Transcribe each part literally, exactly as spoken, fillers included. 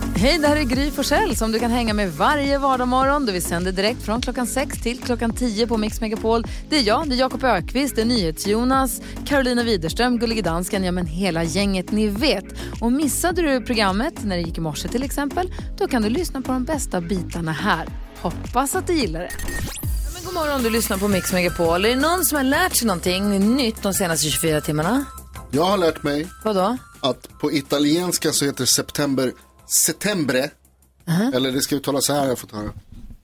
Hej, det här är Gry Forssell som du kan hänga med varje vardagsmorgon. Vi sänder direkt från klockan sex till klockan tio på Mix Megapol. Det är jag, det är Jakob Ökvist, det är NyhetsJonas, Carolina Widerström, Gullige Dansken, ja men hela gänget ni vet. Och missade du programmet när det gick i morse till exempel, då kan du lyssna på de bästa bitarna här. Hoppas att du gillar det. Men god morgon, du lyssnar på Mix Megapol. Är det någon som har lärt sig någonting nytt de senaste tjugofyra timmarna? Jag har lärt mig Vadå? att på italienska så heter september settembre. Uh-huh. Eller det ska uttalas så här, jag får ta det.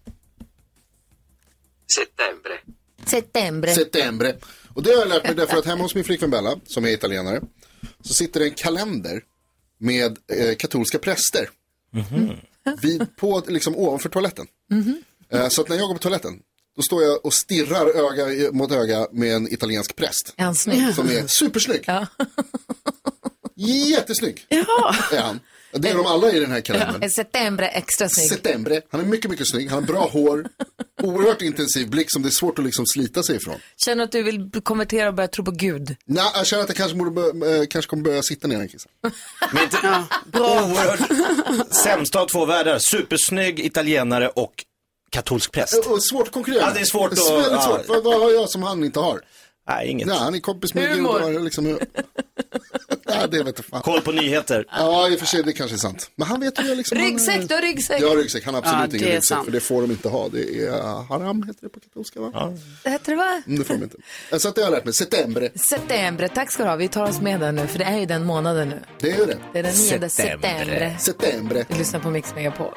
Settembre. Settembre. Settembre. Och det har jag lärt mig därför att hemma hos min flickvän Bella, som är italienare, så sitter det en kalender med eh, katolska präster. Mm-hmm. Vid, på, liksom ovanför toaletten. Mm-hmm. Eh, så att när jag går på toaletten, då står jag och stirrar öga mot öga med en italiensk präst. Är han snygg? Som är supersnygg. Ja. Jättesnygg. Ja. Är han. Det är de alla i den här kalendern. Ja, Settembre extra snygg. Settembre. Han är mycket, mycket snygg. Han har bra hår. Oerhört intensiv blick som det är svårt att liksom slita sig ifrån. Känner att du vill konvertera och börja tro på Gud? Nej, jag känner att jag kanske, borde börja, äh, kanske kommer börja sitta ner en kissa. Men inte, ja, bra. Oerhört sämsta av två världar. Supersnygg italienare och katolsk präst. Och svårt att konkurrera. Ja, det är svårt att... Det är väldigt ja. svårt. Vad, vad har jag som han inte har? Nej, inget. Nej, han är kompis med Gud. Och liksom... Ja, det vet jag fan. Koll på nyheter. Ja, i och för sig, det kanske är sant. Men han vet ju jag liksom... Ryggsäck, han, du har ryggsäck. Jag har ryggsäck, han har absolut ja, ingen ryggsäck. Sant. För det får de inte ha. Det är haram, heter det på katolska, va? Ja. Det heter det, va? Mm, det får de inte. Så att det har jag lärt mig. September. September, tack ska du ha. Vi tar oss med den nu, för det är ju den månaden nu. Det är ju det. Det är den nionde september. September. Du lyssnar på Mix Megapol.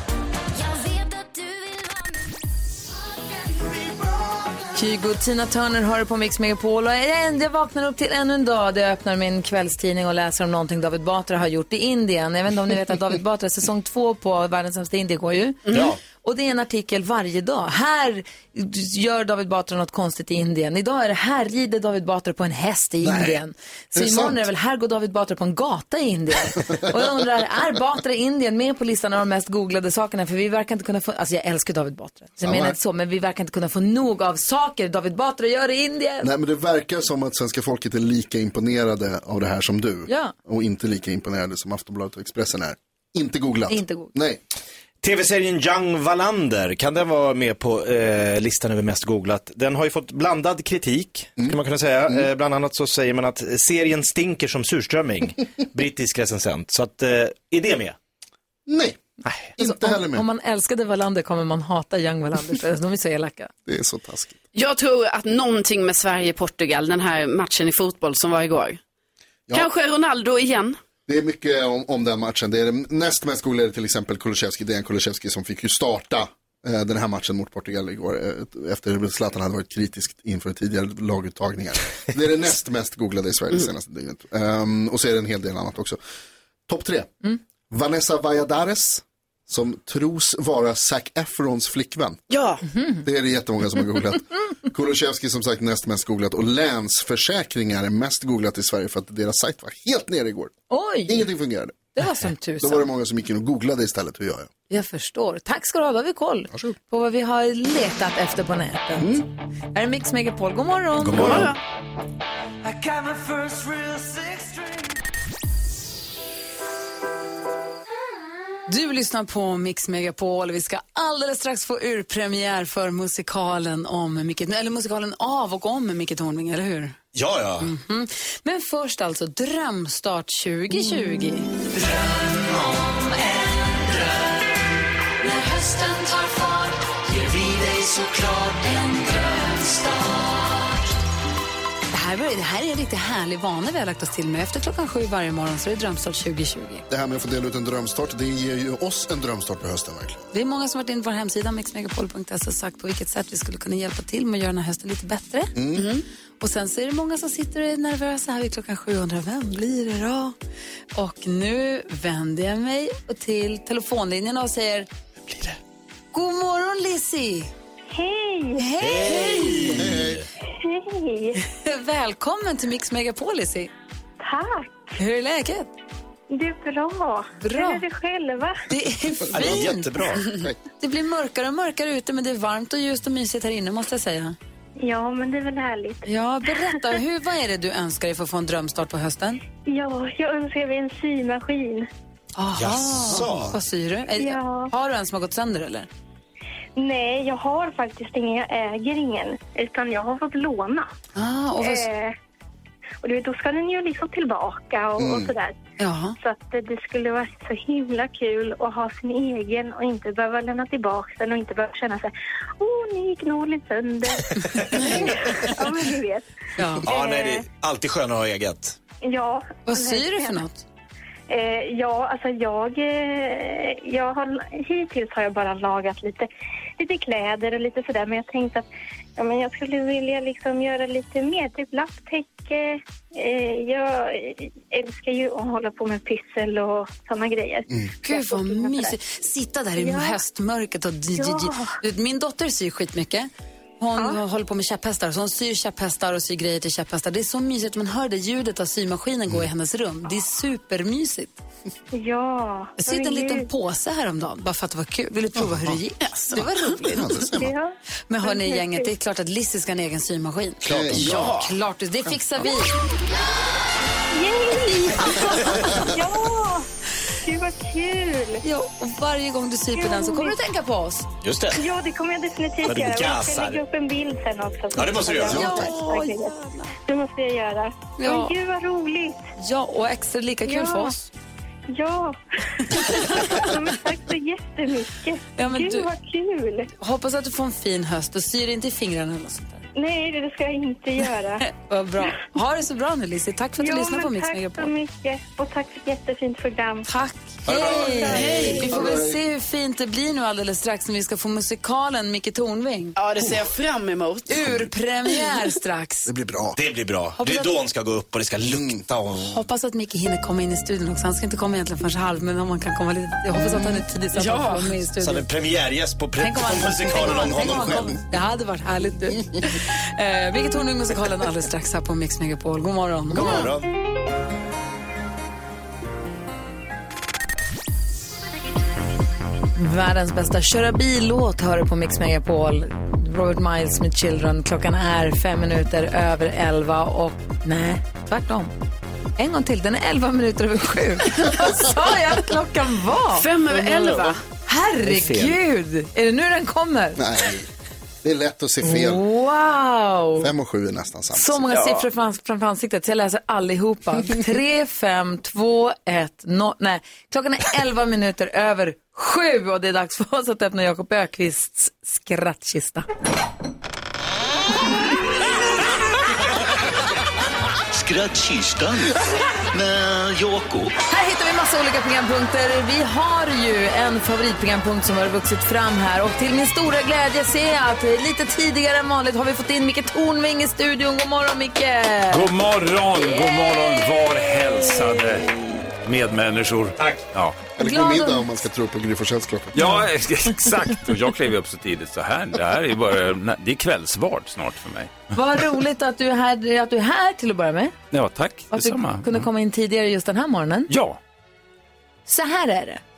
Kygo och Tina Turner hör på Mix Megapol och jag vaknar upp till ännu en dag där jag öppnar min kvällstidning och läser om någonting David Batra har gjort i Indien. Jag vet inte om ni vet att David Batra säsong två på Världens sämsta Indien går ju. Mm. Ja. Och det är en artikel varje dag. Här gör David Batra något konstigt i Indien. Idag är det här rider David Batra på en häst i Nej. Indien. Så imorgon sant? Är det väl här går David Batra på en gata i Indien. Och jag undrar, är Batra i Indien med på listan av de mest googlade sakerna? För vi verkar inte kunna få, alltså jag älskar David Batra. Så jag menar inte så, men vi verkar inte kunna få nog av saker David Batra gör i Indien. Nej, men det verkar som att svenska folket är lika imponerade av det här som du. Ja. Och inte lika imponerade som Aftonbladet och Expressen är. Inte googlat. Inte googlat. Nej. T V-serien Young Wallander, kan den vara med på eh, listan över mest googlat? Den har ju fått blandad kritik, mm. kan man kunna säga. Mm. Eh, bland annat så säger man att serien stinker som surströmming. Brittisk recensent. Så att, eh, är det med? Nej, Nej inte alltså, heller med. Om, om man älskade Wallander kommer man hata Young Wallander, för de är så elaka. Det är så taskigt. Jag tror att någonting med Sverige-Portugal, den här matchen i fotboll som var igår. Ja. Kanske Ronaldo igen. Det är mycket om, om den matchen. Det är det näst mest googlade till exempel Kulusevski. Det är en Kulusevski som fick ju starta eh, den här matchen mot Portugal igår. Eh, efter att Zlatan hade varit kritisk inför tidigare laguttagningar. Det är det näst mest googlade i Sverige det senaste dygnet. Um, och så är det en hel del annat också. Topp tre. Mm. Vanessa Valladares, som tros vara Zac Efrons flickvän. Ja. Mm. Det är det jättemånga som har googlat. Kulusevski som sagt näst mest googlat. Och Länsförsäkringar är mest googlat i Sverige för att deras sajt var helt nere igår. Oj! Ingenting fungerade. Det var som tusan. Då var det många som gick in och googlade istället. Hur gör jag? Jag förstår. Tack ska du ha. Då har vi koll Varsågod. på vad vi har letat efter på nätet. Mm. Här är Mix Megapol. God morgon. God morgon. God morgon. Du lyssnar på Mix Megapol. Vi ska alldeles strax få urpremiär för musikalen om Micke, eller musikalen av och om Micke Tornving, eller hur? Ja, ja. Mm-hmm. Men först alltså Drömstart tjugo tjugo. Mm. Dröm om en dröm. När hösten tar fart ger vi dig såklart en drömstart. Det här, det här är en riktigt härlig vana vi har lagt oss till med. Efter klockan sju varje morgon så är det Drömstart tjugo tjugo. Det här med att få dela ut en drömstart, det ger ju oss en drömstart på hösten verkligen. Det är många som varit inne på vår hemsida mix megapol punkt se och sagt på vilket sätt vi skulle kunna hjälpa till med att göra den här hösten lite bättre. Mm. Mm. Och sen så är det många som sitter och är nervösa här vid klockan sju och undrar, vem blir det då? Och nu vänder jag mig till telefonlinjen och säger, vem blir det? God morgon Lizzie! Hej! Hej! Hej! Hej! Välkommen till Mix Megapol, Lizzie. Tack! Hur är läget? Det är bra. Bra. Hur är det själva? Det är fint. Ja, det är jättebra. Det blir mörkare och mörkare ute, men det är varmt och ljust och mysigt här inne, måste jag säga. Ja, men det är väl härligt. Ja, berätta. Hur, vad är det du önskar dig för att få en drömstart på hösten? Ja, jag önskar mig en symaskin. Aha. Jaså. Vad syr du? Är- Ja. Har du en som har gått sönder eller? Nej, jag har faktiskt ingen, jag äger ingen. Utan jag har fått låna. Ah, och vad... Eh, och du vet, då ska den ju liksom tillbaka och, och sådär. Jaha. Så att det, det skulle vara så himla kul att ha sin egen och inte behöva lämna tillbaka den och inte behöva känna sig åh, nu gick nålen sönder. Ja, men du vet. Ja. Ja, nej, det är alltid skönare att ha eget. Ja. Vad syr du för något? Eh, ja, alltså jag, eh, jag har, hittills har jag bara lagat lite, lite kläder och lite sådär. Men jag tänkte att ja, men jag skulle vilja liksom göra lite mer, typ lapptäcke. Eh, jag älskar ju att hålla på med pyssel och sådana grejer. Mm. Gud vad mysigt. Sitta där i Ja. höstmörkret och... Ja. Min dotter syr skitmycket. Hon ja. håller på med käpphästar, så hon syr käpphästar och syr grejer till käpphästar. Det är så mysigt, man hör det ljudet av symaskinen gå i hennes rum. Det är supermysigt. Ja. Jag syr en liten påse häromdagen, bara för att det var kul. Vill du prova hur det gick? Det var roligt. Ja. Men hörni gänget, det är klart att Lissi ska ha en egen symaskin. Klart. Ja, klart. Det fixar vi. Yay! Ja! Gud vad kul! Ja, och varje gång du syr på den så kommer du tänka på oss. Just det. Ja, det kommer jag definitivt Men du göra. Jag gasar. ska lägga upp en bild sen också. Ja, det måste du göra. Ja, Det måste jag göra. Ja. Men gud vad roligt! Ja, och extra lika kul Ja. för oss. Ja! Ja, men tack så jättemycket. Ja, men gud du- vad kul! Hoppas att du får en fin höst och syr inte i fingrarna eller något sånt där. Nej, det ska jag inte göra. Vad bra. Ha det så bra nu, Lissi. Tack för att du Ja, lyssnade på men Mix tack så Megapol. mycket. Och tack för ett jättefint program. Tack. Hej. Hej. Vi får väl se hur fint det blir nu alldeles strax när vi ska få musikalen Micke Tornving. Ja, det ser jag fram emot. Urpremiär strax. Det blir bra. Det blir bra. Hoppas Det är att- då hon ska gå upp och det ska lukta och... Hoppas att Micke hinner komma in i studion också. Han ska inte komma egentligen förrän halv, men om man kan komma lite... Jag hoppas att han är tidigt så att han får vara med i Så han studion. är premiärgäst på, pre- Tänk om han- på musikalen om tänk om honom han själv. kom. Det hade varit härligt du. eh, Micke Tornving musikalen alldeles strax här på Mix Megapol. God morgon. God morgon. Världens bästa köra bil-låt hör du på Mix Megapol. Robert Miles med Children. Klockan är fem minuter över elva och nej, tvärtom. En gång till, den är elva minuter över sju. Vad sa jag att klockan var? Fem över elva. Herregud! Är det nu den kommer? Nej, det är lätt att se fel. Wow! Fem och sju är nästan samma. Så många siffror fram- framför ansiktet så jag läser allihopa. Tre, fem, två, ett, noll. Nej, klockan är elva minuter över sju och det är dags för oss att öppna Jakob Ökvists skrattkista. Skrattkistan med Jakob. Här hittar vi massa olika programpunkter. Vi har ju en favoritprogrampunkt som har vuxit fram här och till min stora glädje ser jag att lite tidigare än vanligt har vi fått in Micke Tornving i studion. God morgon Micke! God morgon, god morgon, var hälsade medmänniskor. Tack. Ja, Eller Glad god och- middag om man ska tro på Gry Forssells klocka. ja exakt. Och jag klev upp så tidigt så här. Det här är ju bara, det är kvällsvard snart för mig. Vad roligt att du är här, att du är här till att börja med. Ja, tack. Och att du Detsamma. kunde komma in tidigare just den här morgonen. Ja, Så här är det.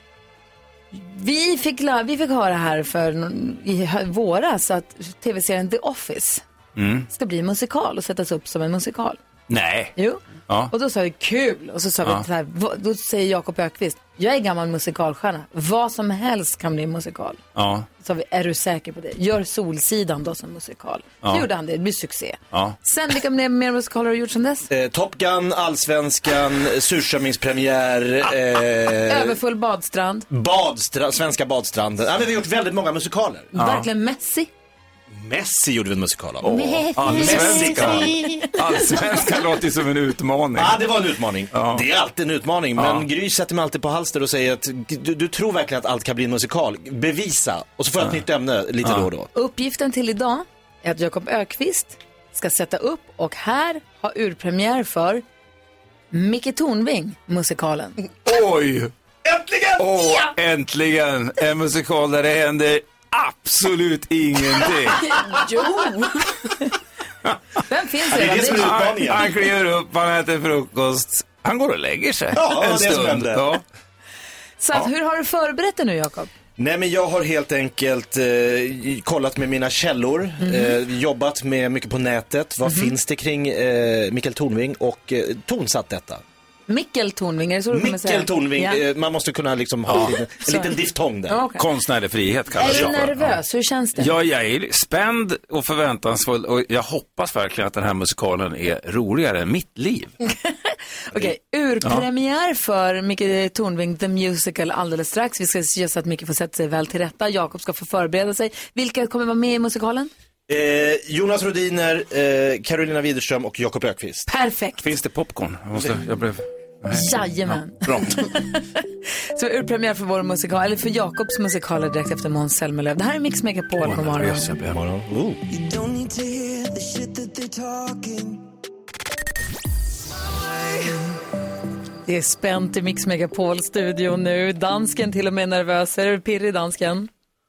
Vi fick, la- vi fick höra här för någon- i hö- våras att tv-serien The Office Mm. ska bli musikal och sättas upp som en musikal. nej. Jo. Ja. Och då sa vi kul. Och så sa Ja. vi så här, vad- då säger Jakob Ökvist, jag är gammal musikalstjärna. Vad som helst kan bli en musikal. Ja, Så sa vi, är du säker på det? Gör Solsidan då som musikal. Ja. Så gjorde han det, det blir succé. ja. Sen vilka mer, mer musikaler har du gjort sedan dess? Eh, Top Gun, Allsvenskan, surströmmingspremiär, eh, Överfull badstrand. badstra- svenska badstranden. Ja, men vi har gjort väldigt många musikaler. Verkligen Messi. Messi gjorde vi en musikal av. Allsvenska. Allsvenska låter ju som en utmaning. Ja, det var en utmaning. Ja. Det är alltid en utmaning. Ja. Men Gry sätter mig alltid på halster och säger att du, du tror verkligen att allt kan bli en musikal. Bevisa. Och så får jag ett nytt ämne lite då och då. Uppgiften till idag är att Jakob Ökvist ska sätta upp och här ha urpremiär för Micke Tornving, musikalen. Oj! Äntligen! Åh, äntligen! En musikal där det händer absolut ingenting. Jo! Vem finns det är redan? det som är Han, utmaningen. han kliver upp, han äter frukost. Han går och lägger sig Ja, en det är som stund. händer. Ja. Så att, hur har du förberett det nu, Jakob? Nej, men jag har helt enkelt eh, kollat med mina källor, eh, jobbat med mycket på nätet. Vad finns det kring eh, Mikael Tornving och eh, tonsatt detta. Mikkel Tornving, är det så du kommer säga? Mikkel Tornving, Ja. eh, man måste kunna liksom ha en, liten- en liten diftong där. Ja, okej. Konstnärlig frihet kallas Är det du för. nervös? Hur känns det? Ja, jag är spänd och förväntansfull och jag hoppas verkligen att den här musikalen är roligare än mitt liv. Okej, urpremiär för Micke Tornving The Musical alldeles strax. Vi ska se så att Micke får sätta sig väl till rätta. Jakob ska få förbereda sig. Vilka kommer vara med i musikalen? Eh, Jonas Rhodiner, eh, Carolina Widerström och Jakob Ökvist. Perfekt. Finns det popcorn? Jag, måste, jag blev... Jajamän. Bra. Så urpremiär för vår musikal, eller för Jakobs musikaler direkt efter Måns Zelmerlöw. Det här är Mix Megapol, god morgon. Yes, jag blev... Oh. Det är spänt i Mix Megapol-studion nu. Dansken till och med nervös. Är du pirrig, dansken?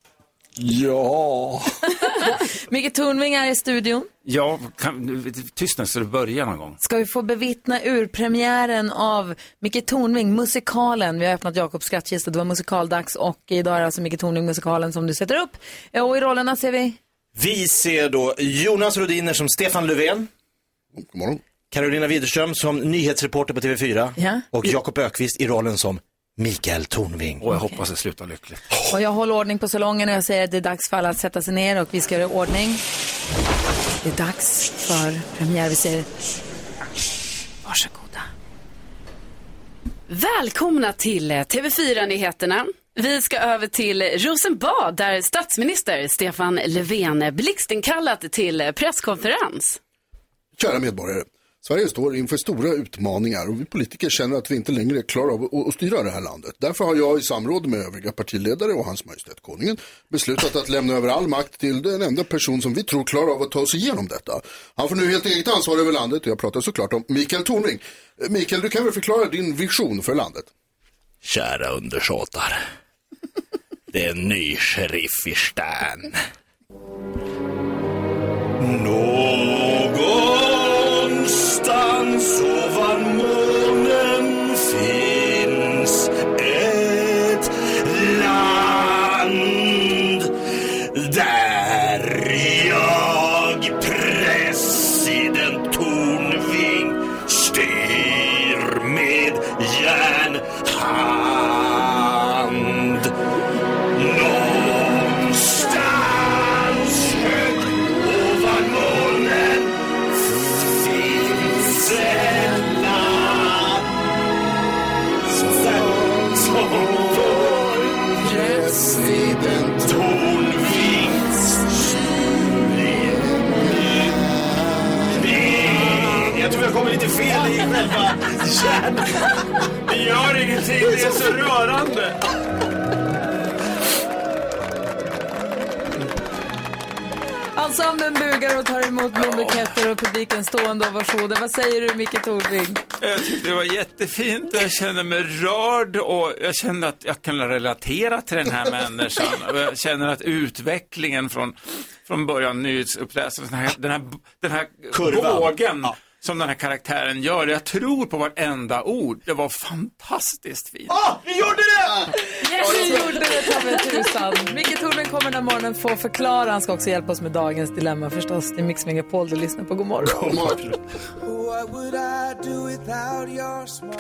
Ja. Micke Tornving är i studion. Ja, kan, tystna så det börjar någon gång. Ska vi få bevittna urpremiären av Micke Tornving, musikalen. Vi har öppnat Jakobs skrattkista, det var musikaldags och idag är det alltså Micke Tornving, musikalen som du sätter upp. Och i rollerna ser vi... Vi ser då Jonas Rhodiner som Stefan Löfven. God morgon. Carolina Widerström som nyhetsreporter på T V fyra. Ja. Och Jakob Ökvist i rollen som Mikael Tornving. Och jag hoppas det slutar lyckligt. Och jag håller ordning på salongen och jag säger att det är dags för alla att sätta sig ner och vi ska göra ordning. Det är dags för premiär. Vi säger varsågoda. Välkomna till T V fyra-nyheterna. Vi ska över till Rosenbad där statsminister Stefan Löfven blixtinkallat till presskonferens. Kära medborgare, Sverige står inför stora utmaningar och vi politiker känner att vi inte längre klarar av att, att styra det här landet. Därför har jag i samråd med övriga partiledare och hans majestät konungen beslutat att lämna över all makt till den enda person som vi tror klarar av att ta oss igenom detta. Han får nu helt eget ansvar över landet och jag pratar såklart om Mikael Tornving. Mikael, du kan väl förklara din vision för landet? Kära undersåtar. Det är en ny sheriff i stan. Någonstans ovan månen finns ett land där jag, president Tornving, styr med järnhand. Någonstans högt ovan molnen finns ett land som vår president Tornvings styrning. Jag tror jag kommer lite fel i själva kärnan. Det gör ingenting, det är så rörande. Ensemblen bugar och tar emot blombuketter och publiken stående ovationer. Vad säger du, Micke Tornving? Jag tyckte det var jättefint. Jag känner mig rörd och jag känner att jag kan relatera till den här människan. Och jag känner att utvecklingen från, från början nyhetsuppläsaren, den här, den här, den här vågen ja. som den här karaktären gör. Jag tror på vartenda ord. Det var fantastiskt fint. Ah, vi gjorde det! Yes, vi gjorde det, ta med tusan. Micke Tornving kommer den här morgonen få förklara. Han ska också hjälpa oss med dagens dilemma förstås. Det är Mix Megapol du lyssnar på. God morgon. God morgon. What would I do without your smile?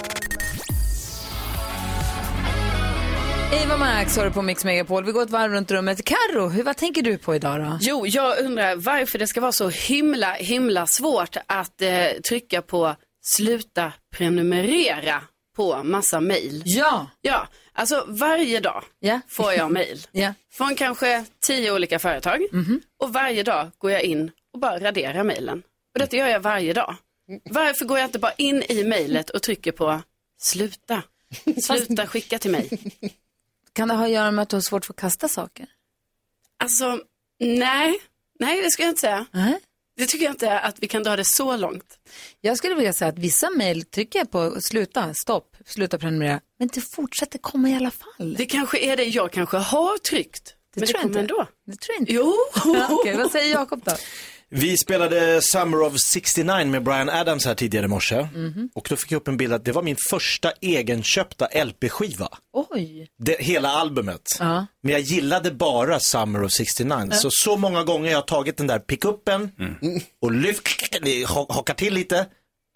Eva Max har du på Mix Megapol. Vi går ett varv runt rummet. Karo, hur, vad tänker du på idag då? Jo, jag undrar varför det ska vara så himla, himla svårt att eh, trycka på sluta prenumerera på massa mejl. Ja. Ja, alltså varje dag yeah. får jag mejl yeah. från kanske tio olika företag. Mm-hmm. Och varje dag går jag in och bara raderar mejlen. Och detta gör jag varje dag. Varför går jag inte bara in i mejlet och trycker på sluta? Sluta skicka till mig. Kan det ha att göra med att du har svårt för att kasta saker? Alltså, nej. Nej, det skulle jag inte säga. Uh-huh. Det tycker jag inte att vi kan dra det så långt. Jag skulle vilja säga att vissa mejl trycker jag på sluta, stopp, sluta prenumerera. Men det fortsätter komma i alla fall. Det kanske är det jag kanske har tryckt. Det men tror det kommer inte. ändå. Det tror jag inte. Jo. Ja, okej, vad säger Jakob då? Vi spelade Summer of sextionio med Bryan Adams här tidigare i morse. Mm-hmm. Och då fick jag upp en bild att det var min första egenköpta L P-skiva. Oj. Det, hela albumet. Uh-huh. Men jag gillade bara Summer of sextionio. Uh-huh. Så så många gånger jag har tagit den där pickuppen mm. och lyft, hakar till lite.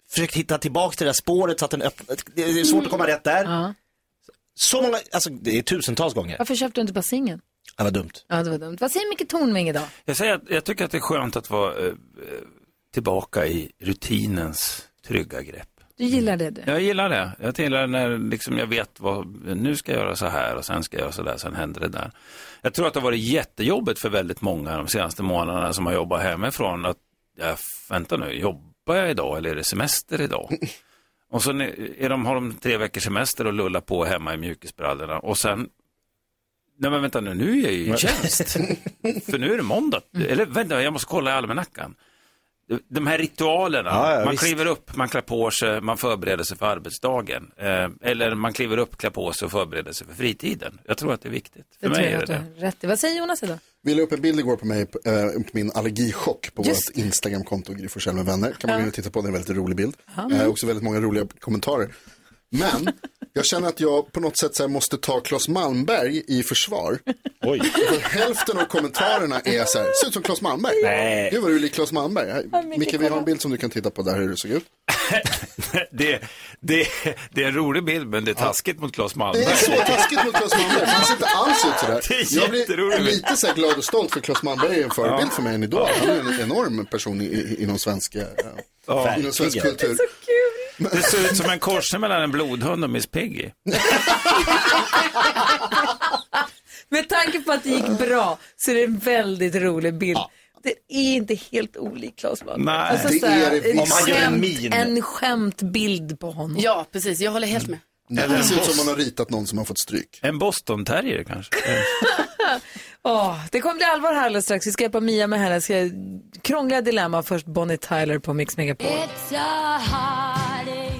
försökt hitta tillbaka till det där spåret så att den öppnar. Det är svårt mm. att komma rätt där. Ja. Så många, alltså det är tusentals gånger. Varför köpte du inte bassingen? Det var dumt. Ja, det var dumt. Vad säger Micke Tornving idag? Jag säger att jag tycker att det är skönt att vara eh, tillbaka i rutinens trygga grepp. Du gillar det, du? Jag gillar det. Jag gillar när liksom jag vet vad, nu ska jag göra så här och sen ska jag göra så där, sen händer det där. Jag tror att det har varit jättejobbigt för väldigt många de senaste månaderna som har jobbat hemifrån att, ja, vänta nu, jobbar jag idag eller är det semester idag? Och så är de, har de tre veckors semester och lullar på hemma i mjukisbrallorna och sen, nej men vänta nu, nu är jag ju i tjänst. För nu är det måndag. Eller vänta, jag måste kolla i almanackan. De här ritualerna, ja, ja, man visst. Kliver upp, man klär på sig, man förbereder sig för arbetsdagen. Eh, eller man kliver upp, klär på sig och förbereder sig för fritiden. Jag tror att det är viktigt. För det mig tror är det det. Rätt. Vad säger Jonas idag? Vi la upp en bild igår på mig, äh, på min allergichock på Just. vårt Instagram-konto Gry Forssell med vänner. Kan man ja. titta på, det är en väldigt rolig bild. Äh, också väldigt många roliga kommentarer. Men jag känner att jag på något sätt så här måste ta Claes Malmberg i försvar. Oj. För hälften av kommentarerna är så här, ser ut som Claes Malmberg. Nej. Det var du lik Claes Malmberg. Micke, vi har en bild som du kan titta på där hur det såg ut. det, det, det är en rolig bild, men det är taskigt ja. mot Claes Malmberg. Det är så taskigt mot Claes Malmberg. Han ser inte alls ut sådär. Det är jag blir lite så här glad och stolt för Claes Malmberg är en förebild ja. för mig än idag. Han är en enorm person i, i, inom svenska äh, ja. inom svensk kultur. Det är så kul. Det ser ut som en korsning mellan en blodhund och Miss Piggy. Med tanke på att det gick bra så är det en väldigt rolig bild. Ja. Det är inte helt olikt Claes Malmberg. Nej, alltså, det såhär, är det. En, Om man gör en skämt, min. en skämtbild på honom. Ja, precis. Jag håller helt med. Nej, det ser ut som man har ritat någon som har fått stryk. En Boston Terrier kanske. oh, det kommer bli allvar här alldeles strax. Vi ska hjälpa Mia med hennes krångliga dilemma. Först Bonnie Tyler på Mix Megapol. It's a heartache.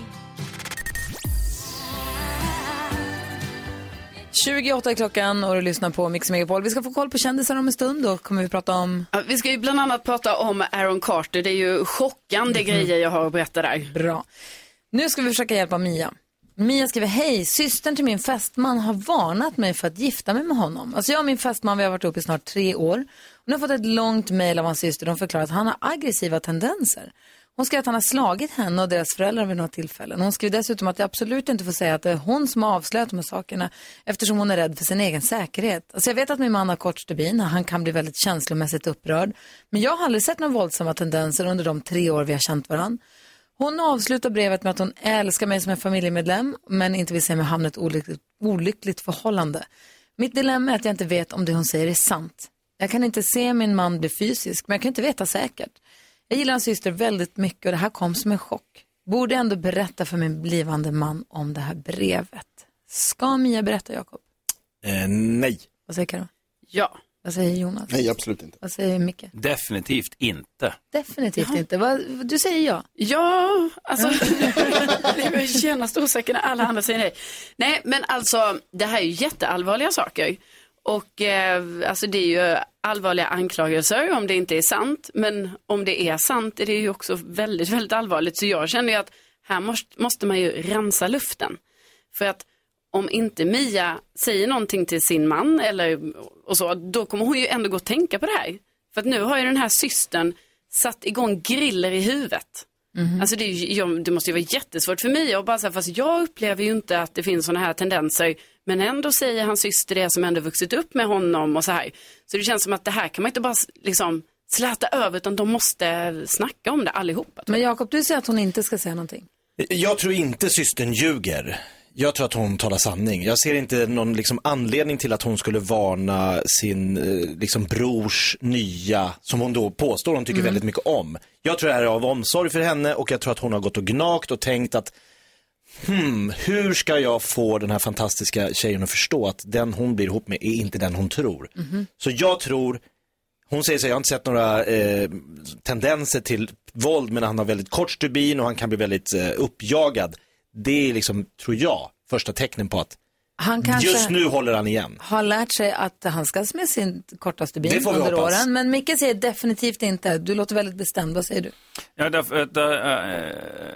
tjugoåtta är klockan och du lyssnar på Mix Megapol. Vi ska få koll på kändisar om en stund. Då kommer vi prata om... Ja, vi ska ju bland annat prata om Aaron Carter. Det är ju chockande mm. grejer jag har att berätta där. Bra. Nu ska vi försöka hjälpa Mia. Mia skriver, hej, systern till min fästman har varnat mig för att gifta mig med honom. Alltså jag och min fästman, vi har varit uppe i snart tre år. Hon har fått ett långt mejl av hans syster. De förklarar att han har aggressiva tendenser. Hon skriver att han har slagit henne och deras föräldrar vid några tillfällen. Hon skriver dessutom att jag absolut inte får säga att det är hon som har avslöjat de här sakerna eftersom hon är rädd för sin egen säkerhet. Alltså jag vet att min man har kort stubin och han kan bli väldigt känslomässigt upprörd. Men jag har aldrig sett några våldsamma tendenser under de tre år vi har känt varandra. Hon avslutar brevet med att hon älskar mig som en familjemedlem men inte vill se mig hamna i ett olyckligt, olyckligt förhållande. Mitt dilemma är att jag inte vet om det hon säger är sant. Jag kan inte se min man bli fysisk, men jag kan inte veta säkert. Jag gillar hans syster väldigt mycket och det här kom som en chock. Borde ändå berätta för min blivande man om det här brevet. Ska Mia berätta, Jakob? Eh, nej. Vad säger Karo? Ja. Vad säger Jonas? Nej, absolut inte. Vad säger Micke? Definitivt inte. Definitivt ja. inte. Vad, du säger ja. Ja, alltså det var genast osäker när alla andra säger nej. Nej, men alltså det här är ju jätteallvarliga saker. Och eh, alltså det är ju allvarliga anklagelser om det inte är sant. Men om det är sant är det ju också väldigt, väldigt allvarligt. Så jag känner ju att här måste, måste man ju rensa luften. För att om inte Mia säger någonting till sin man eller och så, då kommer hon ju ändå gå och tänka på det här. För att nu har ju den här systern satt igång griller i huvudet. Mm. Alltså det, är ju, det måste ju vara jättesvårt för Mia och bara säga, fast jag upplever ju inte att det finns såna här tendenser. Men ändå säger hans syster det som ändå vuxit upp med honom och så här. Så det känns som att det här kan man inte bara liksom släta över utan de måste snacka om det allihopa. Men Jakob, du säger att hon inte ska säga någonting. Jag tror inte systern ljuger. Jag tror att hon talar sanning. Jag ser inte någon liksom anledning till att hon skulle varna sin liksom brors nya, som hon då påstår hon tycker mm. väldigt mycket om. Jag tror det här är av omsorg för henne och jag tror att hon har gått och gnagt och tänkt att hmm, hur ska jag få den här fantastiska tjejen att förstå att den hon blir ihop med är inte den hon tror. Mm. Så jag tror, hon säger så jag har inte sett några eh, tendenser till våld men han har väldigt kort stubin och han kan bli väldigt eh, uppjagad. Det är liksom, tror jag, första tecknen på att han kanske just nu håller han igen. Har lärt sig att handskas med sin kortaste bil under åren. Men Micke säger definitivt inte. Du låter väldigt bestämd. Vad säger du? Ja, därför att äh,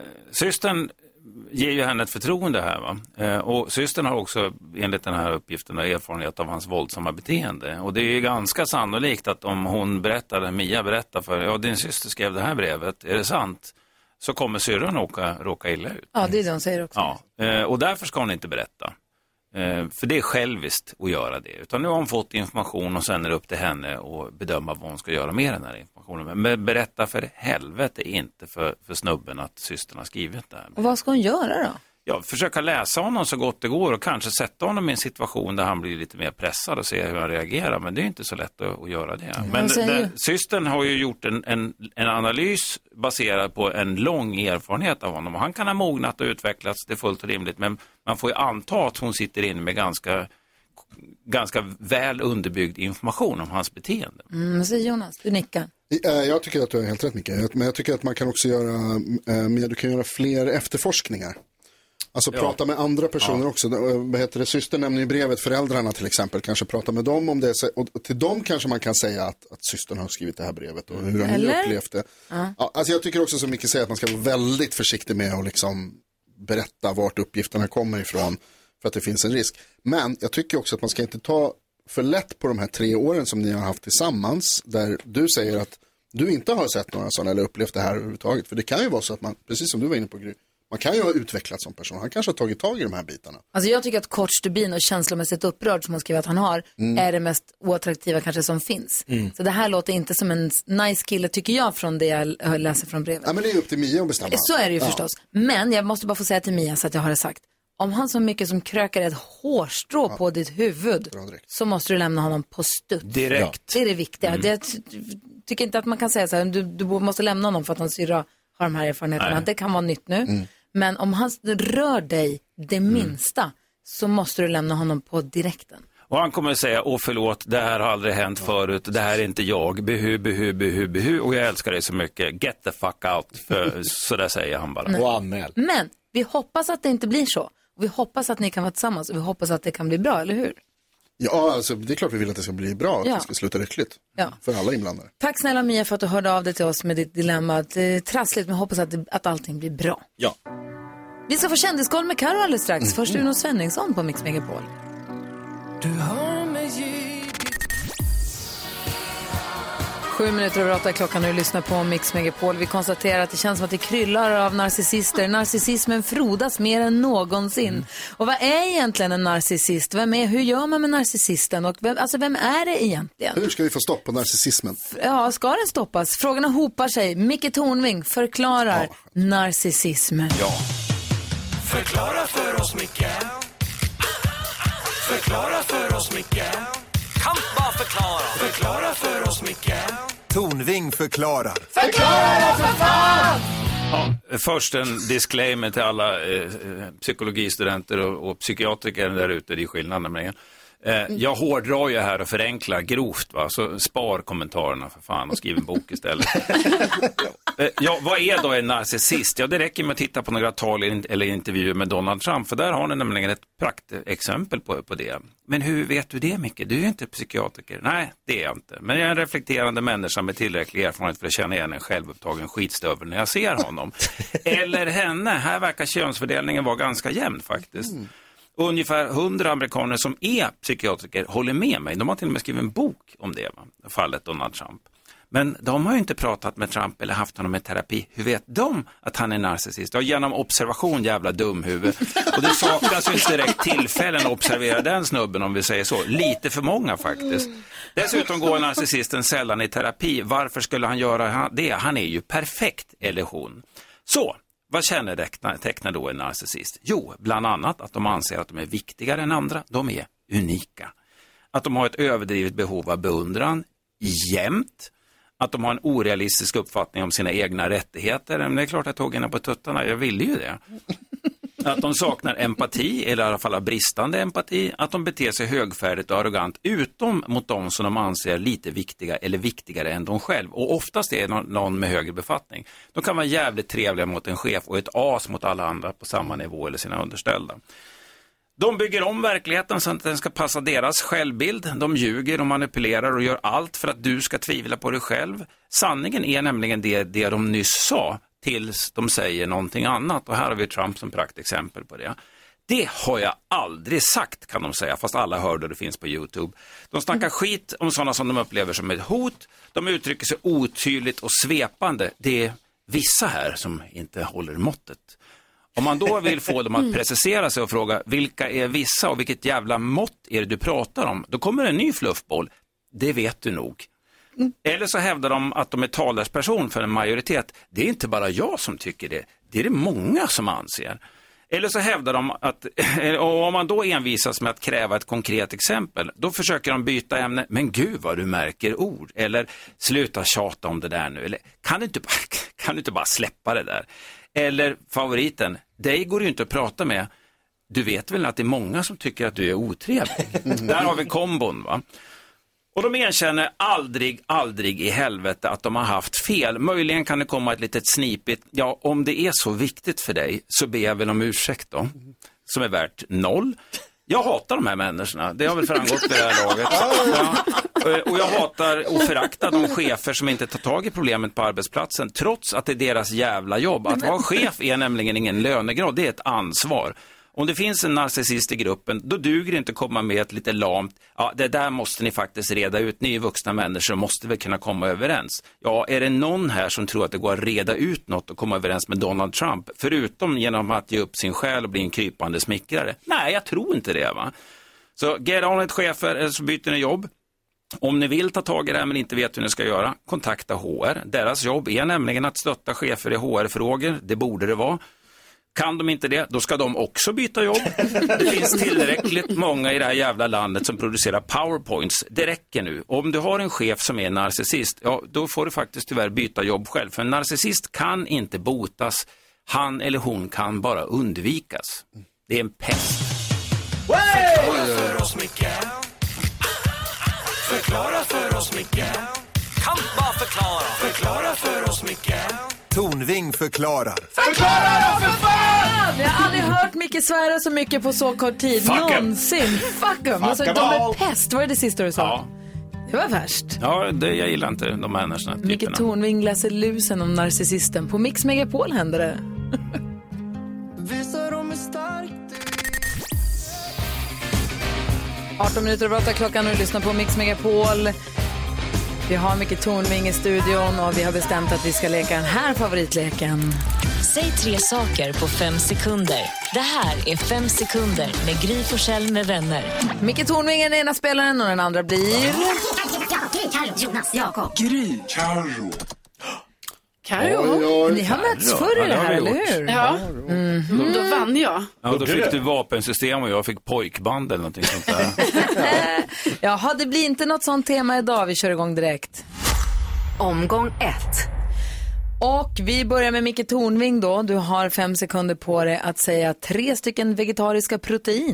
systern ger ju henne ett förtroende här. Va? Äh, och systern har också enligt den här uppgiften erfarenhet av hans våldsamma beteende. Och det är ju ganska sannolikt att om hon berättar, Mia berättar för, ja din syster skrev det här brevet, är det sant? så kommer syrran råka, råka illa ut. Ja, det är det hon säger också. Ja, eh, och därför ska hon inte berätta. Eh, för det är själviskt att göra det. Utan nu har hon fått information och sen är det upp till henne att bedöma vad hon ska göra med den här informationen. Men berätta för helvete inte för, för snubben att systern har skrivit det här. Och vad ska hon göra då? Ja, försöka läsa honom så gott det går och kanske sätta honom i en situation där han blir lite mer pressad och se hur han reagerar. Men det är inte så lätt att, att göra det. Mm. Men säger... det, systern har ju gjort en, en, en analys baserad på en lång erfarenhet av honom. Och han kan ha mognat och utvecklats, det är fullt rimligt. Men man får ju anta att hon sitter inne med ganska, ganska väl underbyggd information om hans beteende. Mm, säger Jonas, du nickar. Jag tycker att du är helt rätt, Micke. Men jag tycker att man kan också göra, du kan göra fler efterforskningar. Alltså ja. Prata med andra personer ja. också. Vad heter det? Systern nämner i brevet föräldrarna till exempel. Kanske prata med dem om det. Och till dem kanske man kan säga att, att systern har skrivit det här brevet. Och hur har ni upplevt det? Ja. Ja, alltså jag tycker också så mycket säga att man ska vara väldigt försiktig med att liksom berätta vart uppgifterna kommer ifrån. För att det finns en risk. Men jag tycker också att man ska inte ta för lätt på de här tre åren som ni har haft tillsammans. Där du säger att du inte har sett några sådana eller upplevt det här överhuvudtaget. För det kan ju vara så att man, precis som du var inne på Gry, man kan ju ha utvecklats som person. Han kanske har tagit tag i de här bitarna. Alltså jag tycker att kort stubin och känslomässigt upprörd som han skriver att han har mm. är det mest oattraktiva kanske som finns. Mm. Så det här låter inte som en nice kille tycker jag från det jag läser från brevet. Ja, men det är upp till Mia att bestämma. Så är det ju ja. förstås. Men jag måste bara få säga till Mia så att jag har det sagt. Om han så mycket som krökar ett hårstrå ja. på ditt huvud så måste du lämna honom på stutt. Direkt. Det är det viktiga. Mm. Jag tycker inte att man kan säga så här, du, du måste lämna honom för att hans syrra har de här erfarenheterna. Nej. Det kan vara nytt nu. Mm. Men om han rör dig det minsta mm. så måste du lämna honom på direkten. Och han kommer att säga, åh förlåt, det här har aldrig hänt förut, det här är inte jag, behu, behu, behu, behu, och jag älskar dig så mycket, get the fuck out, för, så där säger han bara. Nej. Och anmäl. Men vi hoppas att det inte blir så. Och vi hoppas att ni kan vara tillsammans och vi hoppas att det kan bli bra, eller hur? Ja, alltså det är klart vi vill att det ska bli bra, att ja. det ska sluta lyckligt ja. för alla inblandade. Tack snälla Mia för att du hörde av dig till oss med ditt dilemma. Det är trassligt, men hoppas att, det, att allting blir bra. Ja. Vi ska få kändiskoll med Karo alldeles strax. Mm. Först är Uno Svenningsson på Mix Megapol. Du har mig Sju minuter över åtta klockan och lyssnar på Mix Megapol. Vi konstaterar att det känns som att det kryllar av narcissister. Narcissismen frodas mer än någonsin. Mm. Och vad är egentligen en narcissist? Vem är, hur gör man med narcissisten? Och vem, alltså vem är det egentligen? Hur ska vi få stopp på narcissismen? Ja, ska den stoppas? Frågorna hopar sig. Micke Tornving förklarar ja. narcissismen. Ja. Förklara för oss, Micke. Förklara för oss, Micke. Kan bara förklara. Förklara för oss, Micke. Tornving förklarar. Förklara för fan! Ja, först en disclaimer till alla eh, psykologistudenter och, och psykiatriker där ute, det är skillnaden med eh, jag hårdrar ju här och förenklar grovt, va? Så spar kommentarerna för fan och skriv en bok istället. eh, ja, vad är då en narcissist? Ja, det räcker med att titta på några tal eller intervjuer med Donald Trump, för där har ni nämligen ett praktexempel på, på det. Men hur vet du det, Micke? Du är ju inte psykiatriker. Nej, det är jag inte. Men jag är en reflekterande människa med tillräcklig erfarenhet för att känna igen en självupptagen skitstövel när jag ser honom. Eller henne. Här verkar könsfördelningen vara ganska jämn faktiskt. Mm. Ungefär hundra amerikaner som är psykiatriker håller med mig. De har till och med skrivit en bok om det, va? Fallet Donald Trump. Men de har ju inte pratat med Trump eller haft honom i terapi. Hur vet de att han är narcissist? Ja, genom observation, jävla dumhuvud. Och det saknas ju inte direkt tillfällen att observera den snubben, om vi säger så. Lite för många faktiskt. Dessutom går narcissisten sällan i terapi. Varför skulle han göra det? Han är ju perfekt, eller hon. Så, vad kännetecknar då en narcissist? Jo, bland annat att de anser att de är viktigare än andra. De är unika. Att de har ett överdrivet behov av beundran jämt. Att de har en orealistisk uppfattning om sina egna rättigheter. Men det är klart att jag tog henne på tuttarna, jag ville ju det. Att de saknar empati, eller i alla fall har bristande empati. Att de beter sig högfärdigt och arrogant, utom mot de som de anser lite viktiga eller viktigare än de själv. Och oftast är det någon med högre befattning. De kan vara jävligt trevliga mot en chef och ett as mot alla andra på samma nivå eller sina underställda. De bygger om verkligheten så att den ska passa deras självbild. De ljuger och manipulerar och gör allt för att du ska tvivla på dig själv. Sanningen är nämligen det, det de nyss sa tills de säger någonting annat. Och här har vi Trump som praktexempel på det. Det har jag aldrig sagt, kan de säga, fast alla hörde det finns på YouTube. De snackar skit om sådana som de upplever som ett hot. De uttrycker sig otydligt och svepande. Det vissa här som inte håller måttet. Om man då vill få dem att precisera sig och fråga vilka är vissa och vilket jävla mått är det du pratar om, då kommer en ny fluffboll. Det vet du nog. Mm. Eller så hävdar de att de är talesperson för en majoritet. Det är inte bara jag som tycker det. Det är det många som anser. Eller så hävdar de att, och om man då envisas med att kräva ett konkret exempel, då försöker de byta ämne. Men gud vad du märker ord. Eller sluta tjata om det där nu. Eller kan du inte, kan du inte bara släppa det där? Eller favoriten, dig går ju inte att prata med. Du vet väl att det är många som tycker att du är otrevlig. Där har vi kombon, va? Och de erkänner aldrig, aldrig i helvete att de har haft fel. Möjligen kan det komma ett litet snipigt. Ja, om det är så viktigt för dig så ber jag väl om ursäkt då. Som är värt noll. Jag hatar de här människorna. Det har väl framgått vid det här laget. Ja. Och jag hatar och föraktar de chefer som inte tar tag i problemet på arbetsplatsen. Trots att det är deras jävla jobb. Att vara chef är nämligen ingen lönegrad. Det är ett ansvar. Om det finns en narcissist i gruppen, då duger det inte att komma med ett lite lamt, ja det där måste ni faktiskt reda ut, ni är vuxna människor måste väl kunna komma överens. Ja, är det någon här som tror att det går att reda ut något och komma överens med Donald Trump, förutom genom att ge upp sin själ och bli en krypande smickrare? Nej, jag tror inte det, va. Så get on it, chefer, eller så byter ni jobb. Om ni vill ta tag i det här men inte vet hur ni ska göra, kontakta H R. Deras jobb är nämligen att stötta chefer i H R-frågor, det borde det vara. Kan de inte det, då ska de också byta jobb. Det finns tillräckligt många i det här jävla landet som producerar powerpoints. Det räcker nu. Om du har en chef som är narcissist, ja, då får du faktiskt tyvärr byta jobb själv. För en narcissist kan inte botas. Han eller hon kan bara undvikas. Det är en pest. Förklara för oss, Micke. Förklara för oss, Micke. Kan bara förklara. Förklara för oss, Micke. Tornving förklarar. Förklara då för fan! Jag har aldrig hört Micke svära så mycket på så kort tid. Fuck någonsin. Fuck em. Alltså, de är pest. Var det det sista du sa? Ja. Det var värst. Ja, det, jag gillar inte de människorna. Micke Tornving läser lusen om narcissisten. På Mix Megapol händer det. Visar de är starkt. arton minuter över åtta klockan och du lyssnar på Mix Megapol. Vi har Micke Tornving i studion och vi har bestämt att vi ska leka den här favoritleken. Säg tre saker på fem sekunder. Det här är fem sekunder med Gry Forssell med vänner. Micke Tornving är den ena spelaren och den andra blir... Gry, Carro, Jonas, Jakob. Gry, Carro. Carro? Ni har mötts förr i det här, eller hur? Ja, mm-hmm. Då vann jag. Ja, då fick du vapensystem och jag fick pojkband eller någonting sånt där. Jaha, det blir inte något sånt tema idag. Vi kör igång direkt. Omgång ett. Och vi börjar med Micke Tornving då. Du har fem sekunder på dig att säga tre stycken vegetariska protein.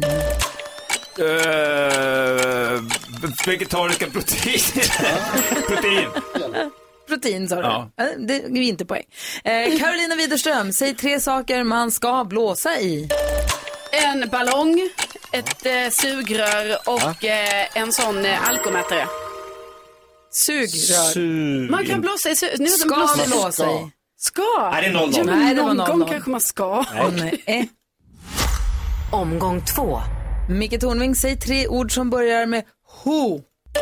Uh, vegetariska protein. Protein. Protein, sa du. Ja. Det är inte poäng. Eh, Carolina Widerström, säg tre saker man ska blåsa i. En ballong, ett eh, sugrör och eh, en sån eh, alkomätare. Sugrör. Sug... Man kan blåsa i sugrör. Nu ska blåsa, blåsa i. Ska? Nej, det är noll noll. Ja, men Nej, det var någon noll gång noll. kanske man ska. Nej. Nej. Omgång två. Micke Tornving, säg tre ord som börjar med ho.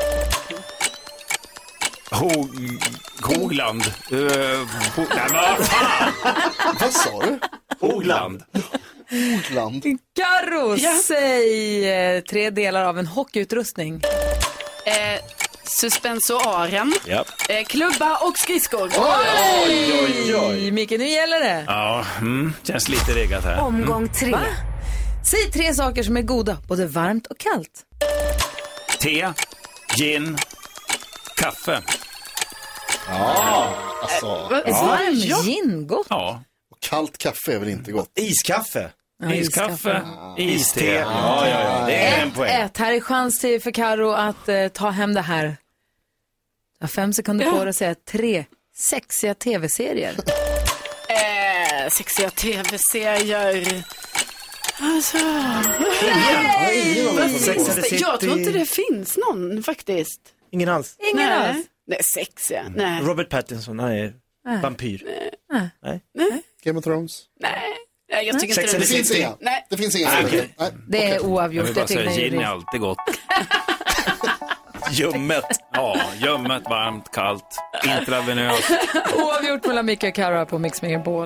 Ho... Hogland. Uh, ho... Nej, men vad fan! Vad sa du? Hogland. Hogland. Karo, Ja. säg eh, tre delar av en hockeyutrustning. Eh, suspensoaren, Ja. eh, klubba och skridskor. Oj, oj, oj. Micke, nu gäller det. Ja, mm, känns lite riggat här. Omgång tre. Va? Säg tre saker som är goda, både varmt och kallt. Te, gin, kaffe. Ja, alltså. Ett varm gin, gott. Ja. Och kallt kaffe är väl inte gott? Iskaffe. Ja, Iskaffe, iste. Ja, ja, ja. Det är en Ett, poäng. ett. Här är chans till för Karo att eh, ta hem det här. Jag har fem sekunder på dig att säga tre sexiga tv-serier. Eh, sexiga tv-serier. Alltså... Sex and the City. Jag tror inte det finns någon faktiskt. Ingen alls. Ingen Nej. alls. Nej, sexiga. Nej. Robert Pattinson, han är vampyr. Nej. Game of Thrones? Nej. Nej, jag tycker Sex inte and Det det. the finns City. inga. Nej. Det finns inga. Ah, Okay. okej. Det är Jag oavgjort. vill bara Jag tycker säga, det är gin är rimligt. alltid gott. Ljummet. Ja, ljummet, varmt, kallt. Intravenöst. Oavgjort mellan Micke och Karo på Mix Megapol.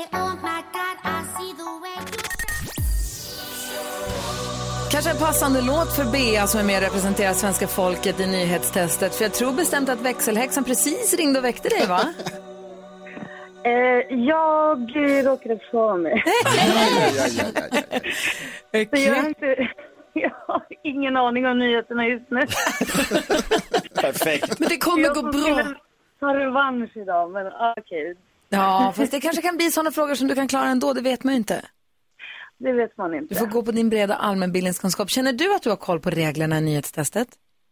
Kanske en passande låt för Bea som är med och representerar svenska folket i nyhetstestet. För jag tror bestämt att växelhäxan precis ringde och väckte dig, va? Eh, jag råkade få mig. Så jag har, inte, jag har ingen aning om nyheterna just nu. Perfekt. Men det kommer jag gå bra. Ta revansch idag, men okej. Okay. Ja, fast det kanske kan bli sådana frågor som du kan klara ändå, det vet man ju inte. Det vet man inte. Du får gå på din breda allmänbildningskunskap. Känner du att du har koll på reglerna i nyhetstestet?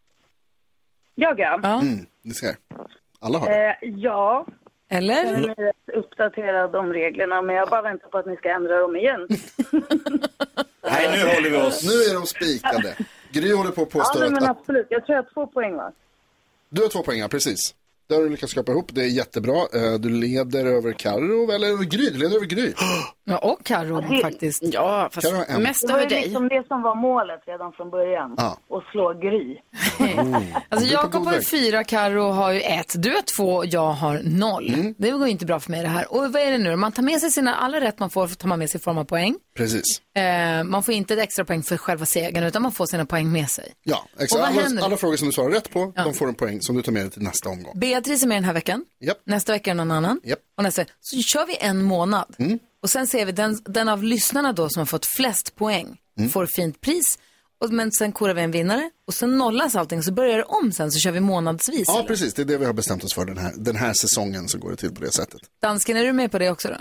Jag ja. Ja. Mm, ni ser. Alla har det. Eh, ja. Eller? Jag är uppdaterad om reglerna, men jag bara väntar på att ni ska ändra dem igen. Nej, nu håller vi oss. Nu är de spikade. Gry håller på att påstå ja, men att... absolut. Jag tror jag har två poäng, va? Du har två poäng, precis. Det har du lyckats skapa ihop, det är jättebra. Du leder över Karo, eller över Gry, du leder över Gry. Ja, och Karo det, faktiskt. Ja, fast mest över dig. Det var liksom det som var målet redan från början. Ja. Och slå Gry. Mm. Alltså Jakob har ju fyra, Karo har ju ett. Du har två och jag har noll. Mm. Det går ju inte bra för mig det här. Och vad är det nu? Man tar med sig sina, alla rätt man får tar man med sig i form av poäng. Precis. Eh, man får inte ett extra poäng för själva segern utan man får sina poäng med sig. Ja, exakt. Alla, alla frågor som du svarar rätt på, ja. De får en poäng som du tar med dig till nästa omgång. Beatrice är med den här veckan. Yep. Nästa vecka är någon annan. Yep. Och nästa så kör vi en månad. Mm. Och sen ser vi den, den av lyssnarna då som har fått flest poäng mm. får fint pris. Och, men sen korar vi en vinnare och sen nollas allting så börjar det om sen så kör vi månadsvis. Ja, eller? Precis. Det är det vi har bestämt oss för den här, den här säsongen så går det till på det sättet. Dansken, är du med på det också då?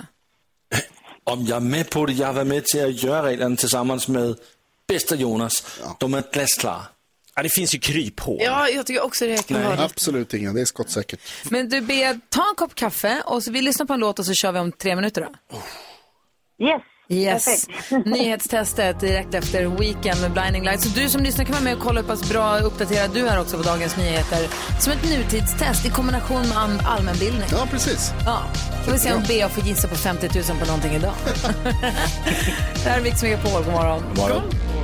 Om jag är med på det, jag var med till att göra reglerna tillsammans med bästa Jonas. Ja. De är glassklara. Ja, det finns ju kryphål. Ja, jag tycker också det kan vara. Absolut inga, det är skottsäkert. Men du, Bea, ta en kopp kaffe och så vi lyssnar på en låt och så kör vi om tre minuter då. Yes. Yes. Nyhetstestet direkt efter Weekend med Blinding Lights. Så du som lyssnar kan vara med och kolla hur pass bra uppdaterad du är också på dagens nyheter. Som ett nutidstest i kombination med allmänbildning. Ja, precis. Ja, får vi se om Bea får gissa på femtio tusen på någonting idag. Det här är Mix Megapol, god morgon. God morgon.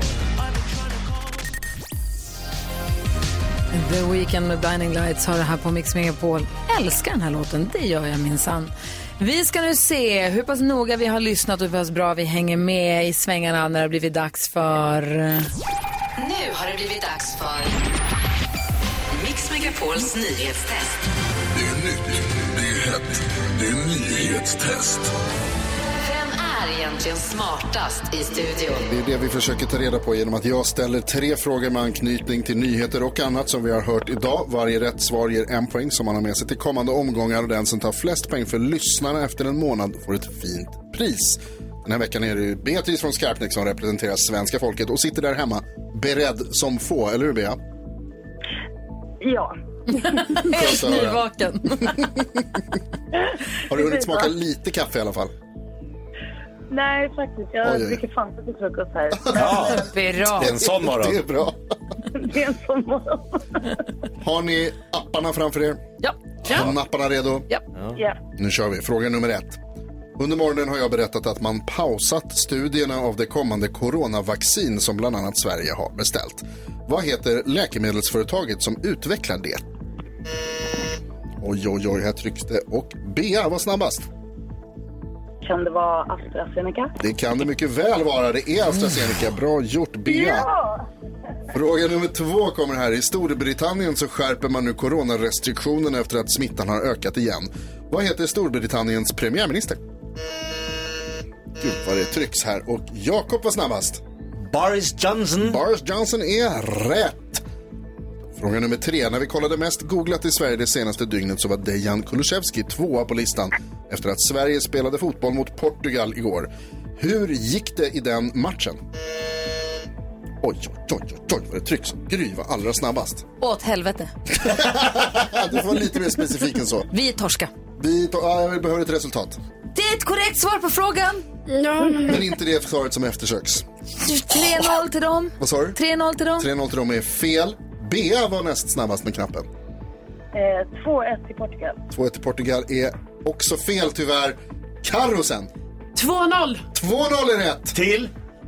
The Weeknd med Blinding Lights har det här på Mix Megapol. Älskar den här låten, det gör jag minsann. Vi ska nu se hur pass noga vi har lyssnat och hur pass bra vi hänger med i svängarna när det har blivit dags för... Nu har det blivit dags för Mix Megapols nyhetstest. Det är nytt, det är hett, det är nyhetstest. Vem är egentligen smartast i studion? Det är det vi försöker ta reda på genom att jag ställer tre frågor med anknytning till nyheter och annat som vi har hört idag. Varje rätt svar ger en poäng som man har med sig till kommande omgångar och den som tar flest poäng för lyssnarna efter en månad får ett fint pris. Den här veckan är det Beatrice från Skarpnäck som representerar svenska folket och sitter där hemma beredd som få, eller hur Bea? Ja. Helt nyvaken. Har du hunnit smaka lite kaffe i alla fall? Nej, faktiskt. Jag dricker Fanta till frukost här. Ja, bra. Det är en sån morgon. Det är bra. Det är en sån morgon. Har ni apparna framför er? Ja. Har napparna redo? Ja. Ja. Nu kör vi. Fråga nummer ett. Under morgonen har jag berättat att man pausat studierna av det kommande coronavaccin som bland annat Sverige har beställt. Vad heter läkemedelsföretaget som utvecklar det? Oj, oj, oj, här trycks det. Och Bea var snabbast. Kan det vara AstraZeneca? Det kan det mycket väl vara. Det är AstraZeneca. Bra gjort, Bea. Ja! Fråga nummer två kommer här. I Storbritannien så skärper man nu coronarestriktionerna efter att smittan har ökat igen. Vad heter Storbritanniens premiärminister? Gud vad det trycks här. Och Jakob var snabbast. Boris Johnson. Boris Johnson är rätt. Fråga nummer tre. När vi kollade mest googlat i Sverige det senaste dygnet så var Dejan Kulusevski tvåa på listan efter att Sverige spelade fotboll mot Portugal igår. Hur gick det i den matchen? Oj, oj, oj, oj, oj vad det trycks. Gry var allra snabbast. Åt helvete. Du får vara lite mer specifik än så. Vi är torska. Vi, to- ja, vi behöver ett resultat. Det är ett korrekt svar på frågan. Ja. Men inte det svaret som eftersöks. tre noll till dem. Vad sa du? tre noll till dem. tre noll till dem är fel. Bea var näst snabbast med knappen. Eh, två ett till Portugal. två ett till Portugal är också fel tyvärr. Karo sen. två noll. två noll är rätt. Till?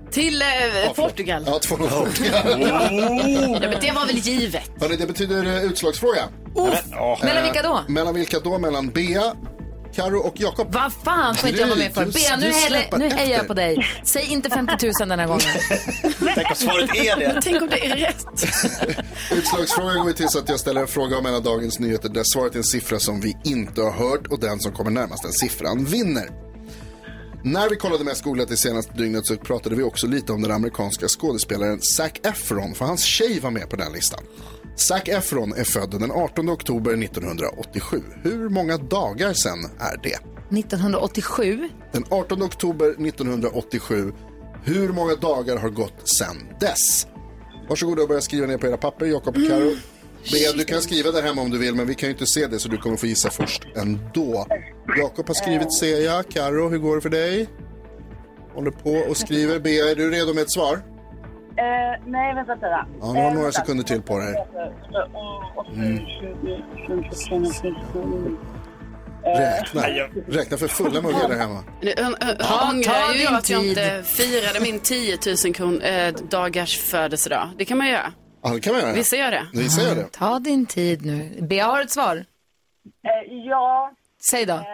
Till eh, Portugal. Ja, två noll Portugal. Oh. Ja, men det var väl givet. Hörrni, det betyder uh, utslagsfråga. Oh. Uh, mellan vilka då? Mellan vilka då? Mellan Bea, Karo och Jakob. Vad fan får inte jag vara med för? Bea, nu, heller, nu hejar jag på dig. Säg inte femtio tusen den här gången. Tänk om svaret är det. Tänk om det är rätt. Utslagsfrågan går till så att jag ställer en fråga om en av dagens nyheter där svaret är en siffra som vi inte har hört och den som kommer närmast den siffran vinner. När vi kollade med skolan det senaste dygnet så pratade vi också lite om den amerikanska skådespelaren Zac Efron, för hans tjej var med på den listan. Zac Efron är född den artonde oktober nittonhundraåttiosju. Hur många dagar sedan är det? nittonhundraåttiosju? Den artonde oktober nittonhundraåttiosju. Hur många dagar har gått sedan dess? Varsågoda och börja skriva ner på era papper, Jakob och Karo. Bea, du kan skriva där hemma om du vill, men vi kan ju inte se det så du kommer få gissa först ändå. Jakob har skrivit, ser jag. Karo, hur går det för dig? Håller på och skriver. Bea, är du redo med ett svar? Uh, nej, vänta lite. Ja, du har några sekunder till på dig. Mm. Räkna. Räkna för fulla muggar där hemma. Nu ångrar ju jag att jag inte firade min tio tusen kron, äh, dagars födelsedag. Det kan man göra. Ja, det kan man göra. Vissa gör det. Vissa gör det. Ta din tid nu. Bea har ett svar. Uh, ja. Säg då. Uh,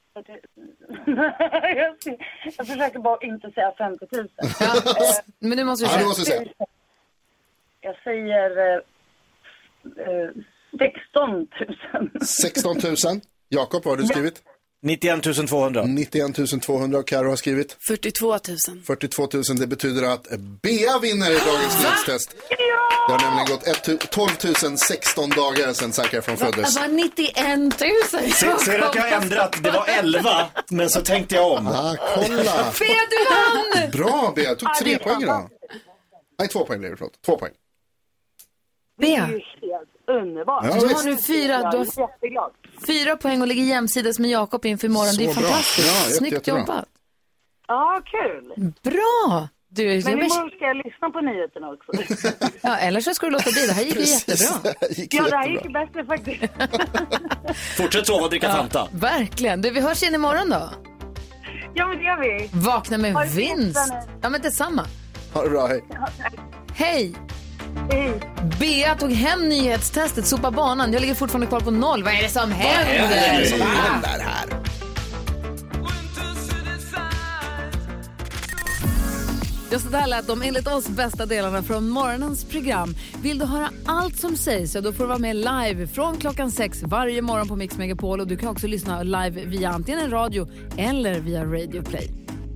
jag, jag försöker bara inte säga femtio tusen. Ja, men du måste ju ja, säga. måste säga. Jag säger uh, uh, sexton tusen. sexton tusen. Jakob, vad har du skrivit? nittioen tusen tvåhundra. nittioen tusen tvåhundra och Karo har skrivit? fyrtiotvå tusen. fyrtiotvå tusen, det betyder att Bea vinner i dagens nyhetstest. Ja! Det har nämligen gått tolv tusen sexton dagar sedan Zac Efron föddes. Det var nittioen tusen. Ser du att jag har ändrat? Det var elva, men så tänkte jag om. Ah, kolla. Bea, du vann! Bra, Bea. Jag tog tre poäng idag. Nej, två poäng blev det, förlåt. Två poäng. Bea. Underbart. Ja, du visst. har nu fyra, du har jätteglad. fyra poäng och ligger jämsides med Jakob inför imorgon. Så det är bra. fantastiskt. Ja, jätte, Snyggt jättebra. jobbat. Ja, kul. Bra! Du, Men jag imorgon ska jag lyssna på nyheterna också. ja, eller så ska du låta bli. Det här gick ju jättebra. gick Ja, det här jättebra. gick bättre faktiskt. Fortsätt sova och dricka Fanta. Verkligen. Du, vi hörs igen imorgon då. Ja, men det gör vi. Vakna med Ha det vinst. fint, Ja, men detsamma. Ha det bra, hej. Hej! Hej. Bea tog hem nyhetstestet, sopa banan. Jag ligger fortfarande kvar på noll. Vad är det som händer? Vad är det som händer här? Ja, så där lät de enligt oss bästa delarna från morgonens program. Vill du höra allt som sägs så då får du vara med live från klockan sex varje morgon på Mix Megapol. Och du kan också lyssna live via antingen radio eller via Radio Play.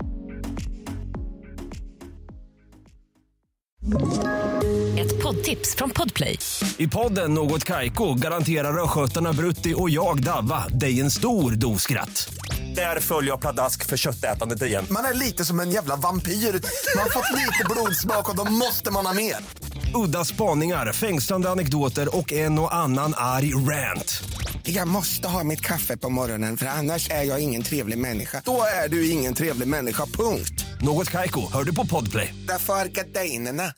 Ett poddtips från Podplay. I podden Något Kaiko garanterar östgötarna Brutti och jag Davva dig en stor dos skratt. Där följer jag pladask för köttätandet igen. Man är lite som en jävla vampyr. Man har fått lite blodsmak och då måste man ha mer. Udda spaningar, fängslande anekdoter och en och annan arg rant. Jag måste ha mitt kaffe på morgonen för annars är jag ingen trevlig människa. Då är du ingen trevlig människa, punkt. Något Kaiko, hör du på Podplay. Därför är gardinerna.